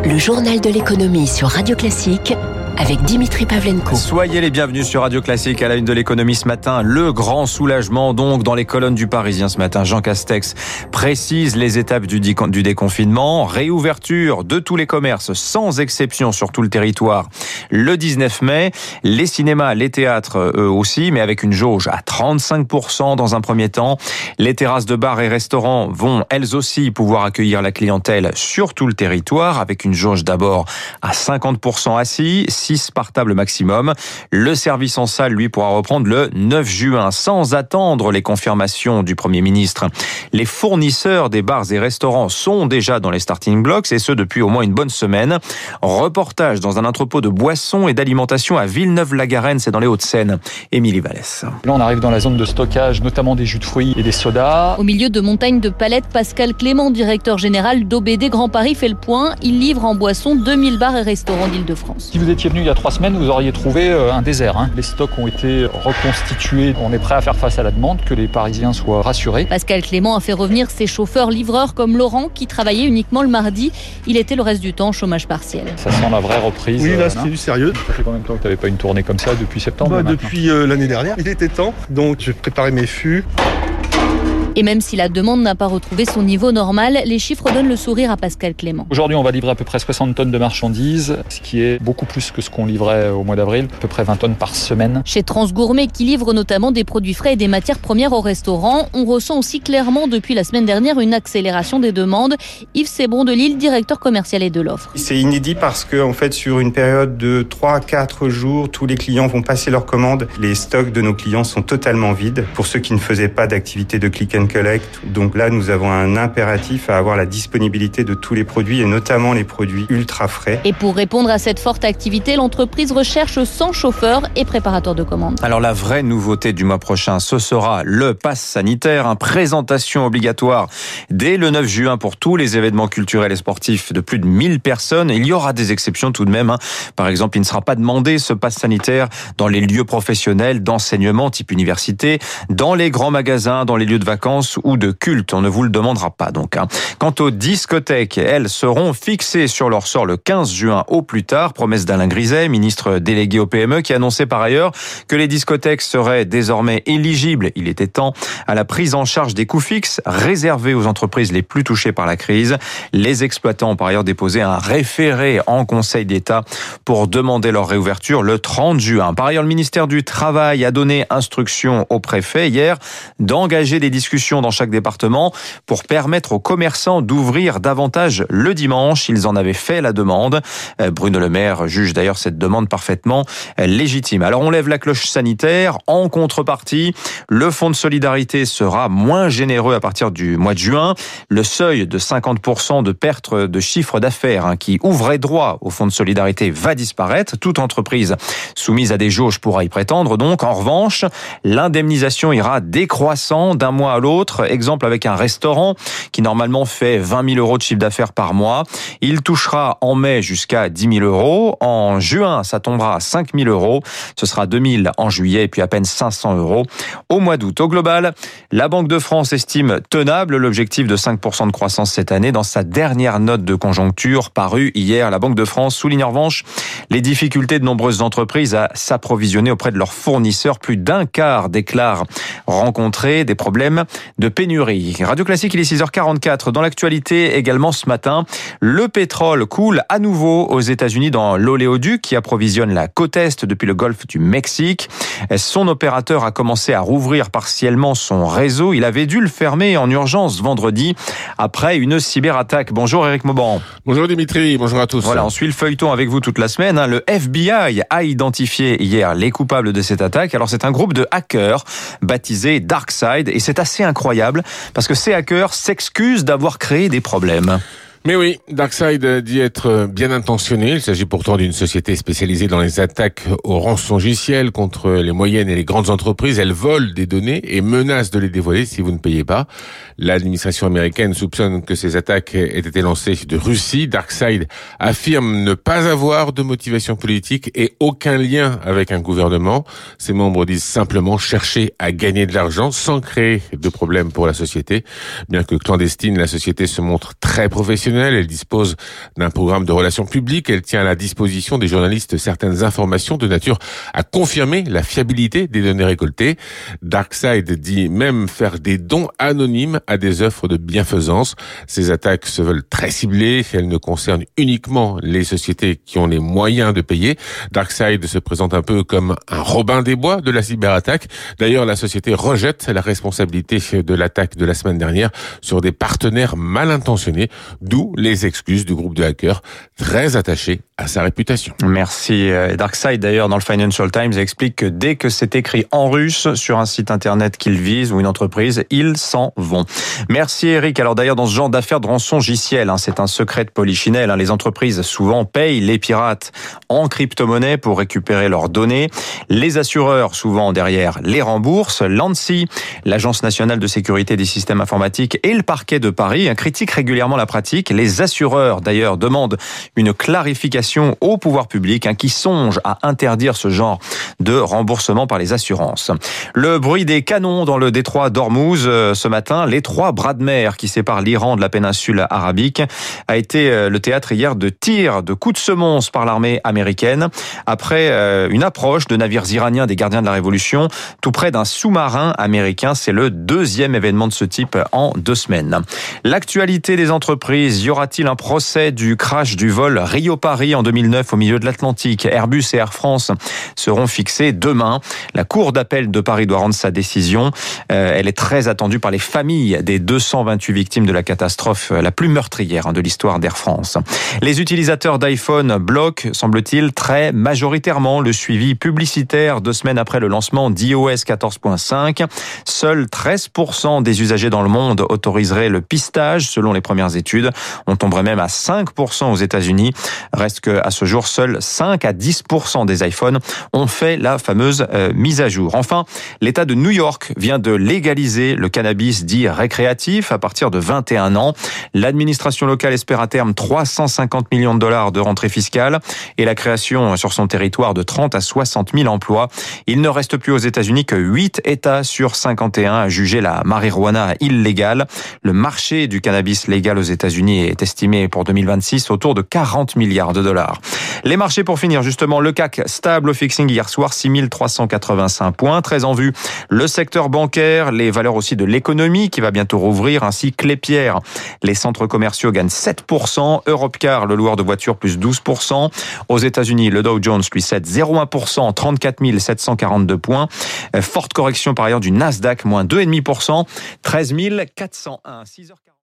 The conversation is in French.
Le journal de l'économie sur Radio Classique avec Dimitri Pavlenko. Soyez les bienvenus sur Radio Classique à la une de l'économie ce matin. Le grand soulagement donc dans les colonnes du Parisien ce matin. Jean Castex précise les étapes du déconfinement. Réouverture de tous les commerces sans exception sur tout le territoire le 19 mai. Les cinémas, les théâtres eux aussi, mais avec une jauge à 35% dans un premier temps. Les terrasses de bars et restaurants vont elles aussi pouvoir accueillir la clientèle sur tout le territoire avec une jauge d'abord à 50% assis, 6 par table maximum. Le service en salle, lui, pourra reprendre le 9 juin, sans attendre les confirmations du Premier ministre. Les fournisseurs des bars et restaurants sont déjà dans les starting blocks, et ce depuis au moins une bonne semaine. Reportage dans un entrepôt de boissons et d'alimentation à Villeneuve-la-Garenne, c'est dans les Hauts-de-Seine. Émilie Vallès. Là, on arrive dans la zone de stockage, notamment des jus de fruits et des sodas. Au milieu de montagnes de palettes, Pascal Clément, directeur général d'OBD Grand Paris, fait le point. Il livre en boissons 2000 bars et restaurants d'Île-de-France. Si vous étiez venu il y a 3 semaines, vous auriez trouvé un désert. Les stocks ont été reconstitués. On est prêt à faire face à la demande, que les Parisiens soient rassurés. Pascal Clément a fait revenir ses chauffeurs-livreurs comme Laurent, qui travaillait uniquement le mardi. Il était le reste du temps au chômage partiel. Ça sent la vraie reprise. Oui, là, c'est du sérieux. Ça fait combien de temps que tu n'avais pas une tournée comme ça depuis septembre? Depuis l'année dernière. Il était temps, donc j'ai préparé mes fûts. Et même si la demande n'a pas retrouvé son niveau normal, les chiffres donnent le sourire à Pascal Clément. Aujourd'hui, on va livrer à peu près 60 tonnes de marchandises, ce qui est beaucoup plus que ce qu'on livrait au mois d'avril, à peu près 20 tonnes par semaine. Chez Transgourmet, qui livre notamment des produits frais et des matières premières au restaurant, on ressent aussi clairement depuis la semaine dernière une accélération des demandes. Yves Sébron de Lille, directeur commercial et de l'offre. C'est inédit parce que, en fait, sur une période de 3 à 4 jours, tous les clients vont passer leurs commandes. Les stocks de nos clients sont totalement vides. Pour ceux qui ne faisaient pas d'activité de click and collect, donc là, nous avons un impératif à avoir la disponibilité de tous les produits et notamment les produits ultra frais. Et pour répondre à cette forte activité, l'entreprise recherche 100 chauffeurs et préparateurs de commandes. Alors la vraie nouveauté du mois prochain, ce sera le pass sanitaire, présentation obligatoire dès le 9 juin pour tous les événements culturels et sportifs de plus de 1000 personnes. Il y aura des exceptions tout de même. Par exemple, il ne sera pas demandé ce pass sanitaire dans les lieux professionnels d'enseignement type université, dans les grands magasins, dans les lieux de vacances ou de culte. On ne vous le demandera pas donc. Quant aux discothèques, elles seront fixées sur leur sort le 15 juin au plus tard. Promesse d'Alain Griset, ministre délégué au PME, qui annonçait par ailleurs que les discothèques seraient désormais éligibles, il était temps, à la prise en charge des coûts fixes réservés aux entreprises les plus touchées par la crise. Les exploitants ont par ailleurs déposé un référé en Conseil d'État pour demander leur réouverture le 30 juin. Par ailleurs, le ministère du Travail a donné instruction au préfet hier d'engager des discussions dans chaque département pour permettre aux commerçants d'ouvrir davantage le dimanche. Ils en avaient fait la demande. Bruno Le Maire juge d'ailleurs cette demande parfaitement légitime. Alors on lève la cloche sanitaire. En contrepartie, le fonds de solidarité sera moins généreux à partir du mois de juin. Le seuil de 50% de perte de chiffre d'affaires qui ouvrait droit au fonds de solidarité va disparaître. Toute entreprise soumise à des jauges pourra y prétendre. Donc, en revanche, l'indemnisation ira décroissant d'un mois à l'autre. Exemple avec un restaurant qui normalement fait 20 000 euros de chiffre d'affaires par mois. Il touchera en mai jusqu'à 10 000 euros. En juin, ça tombera à 5 000 euros. Ce sera 2 000 en juillet et puis à peine 500 euros au mois d'août. Au global, la Banque de France estime tenable l'objectif de 5% de croissance cette année. Dans sa dernière note de conjoncture parue hier, la Banque de France souligne en revanche les difficultés de nombreuses entreprises à s'approvisionner auprès de leurs fournisseurs. Plus d'un quart déclarent rencontrer des problèmes de pénurie. Radio Classique, il est 6h44. Dans l'actualité également ce matin, le pétrole coule à nouveau aux États-Unis dans l'oléoduc qui approvisionne la côte Est depuis le golfe du Mexique. Son opérateur a commencé à rouvrir partiellement son réseau. Il avait dû le fermer en urgence vendredi après une cyberattaque. Bonjour Éric Mauban. Bonjour Dimitri, bonjour à tous. Voilà, on suit le feuilleton avec vous toute la semaine. Le FBI a identifié hier les coupables de cette attaque. Alors c'est un groupe de hackers baptisé DarkSide et c'est assez incroyable parce que ces hackers s'excusent d'avoir créé des problèmes. Mais oui, DarkSide dit être bien intentionné. Il s'agit pourtant d'une société spécialisée dans les attaques au rançongiciel contre les moyennes et les grandes entreprises. Elle vole des données et menace de les dévoiler si vous ne payez pas. L'administration américaine soupçonne que ces attaques aient été lancées de Russie. DarkSide affirme ne pas avoir de motivation politique et aucun lien avec un gouvernement. Ses membres disent simplement chercher à gagner de l'argent sans créer de problème pour la société. Bien que clandestine, la société se montre très professionnelle professionnelle. Elle dispose d'un programme de relations publiques. Elle tient à la disposition des journalistes certaines informations de nature à confirmer la fiabilité des données récoltées. DarkSide dit même faire des dons anonymes à des œuvres de bienfaisance. Ces attaques se veulent très ciblées. Elles ne concernent uniquement les sociétés qui ont les moyens de payer. DarkSide se présente un peu comme un Robin des Bois de la cyberattaque. D'ailleurs, la société rejette la responsabilité de l'attaque de la semaine dernière sur des partenaires mal intentionnés, d'où les excuses du groupe de hackers très attaché à sa réputation. Merci. DarkSide, d'ailleurs, dans le Financial Times, explique que dès que c'est écrit en russe sur un site internet qu'ils visent ou une entreprise, ils s'en vont. Merci Eric. Alors d'ailleurs, dans ce genre d'affaires de rançongiciel, c'est un secret de polichinelle. Les entreprises souvent payent les pirates en crypto-monnaie pour récupérer leurs données. Les assureurs, souvent derrière, les remboursent. L'ANSSI, l'Agence nationale de sécurité des systèmes informatiques, et le parquet de Paris critiquent régulièrement la pratique. Les assureurs, d'ailleurs, demandent une clarification au pouvoir public qui songe à interdire ce genre de remboursement par les assurances. Le bruit des canons dans le détroit d'Ormuz ce matin, l'étroit bras de mer qui sépare l'Iran de la péninsule arabique, a été le théâtre hier de tirs, de coups de semonce par l'armée américaine après une approche de navires iraniens des gardiens de la Révolution tout près d'un sous-marin américain. C'est le deuxième événement de ce type en 2 semaines. L'actualité des entreprises, y aura-t-il un procès du crash du vol Rio-Paris en 2009 au milieu de l'Atlantique? Airbus et Air France seront fixés demain. La Cour d'appel de Paris doit rendre sa décision. Elle est très attendue par les familles des 228 victimes de la catastrophe la plus meurtrière de l'histoire d'Air France. Les utilisateurs d'iPhone bloquent, semble-t-il, très majoritairement le suivi publicitaire 2 semaines après le lancement d'iOS 14.5. Seuls 13% des usagers dans le monde autoriseraient le pistage, selon les premières études. On tomberait même à 5% aux États-Unis. Reste qu'à ce jour, seuls 5 à 10% des iPhones ont fait la fameuse mise à jour. Enfin, l'État de New York vient de légaliser le cannabis dit récréatif à partir de 21 ans. L'administration locale espère à terme 350 millions de dollars de rentrée fiscale et la création sur son territoire de 30 à 60 000 emplois. Il ne reste plus aux États-Unis que 8 États sur 51 à juger la marijuana illégale. Le marché du cannabis légal aux États-Unis est estimé pour 2026 autour de 40 milliards de dollars. Les marchés pour finir, justement, le CAC stable au fixing hier soir, 6385 points, très en vue. Le secteur bancaire, les valeurs aussi de l'économie qui va bientôt rouvrir, ainsi que les pierres. Les centres commerciaux gagnent 7%, Europcar, le loueur de voitures, plus 12%. Aux États-Unis, le Dow Jones, lui, cède 0,1%, 34 742 points. Forte correction par ailleurs du Nasdaq, moins 2,5%, 13 401. 6h40.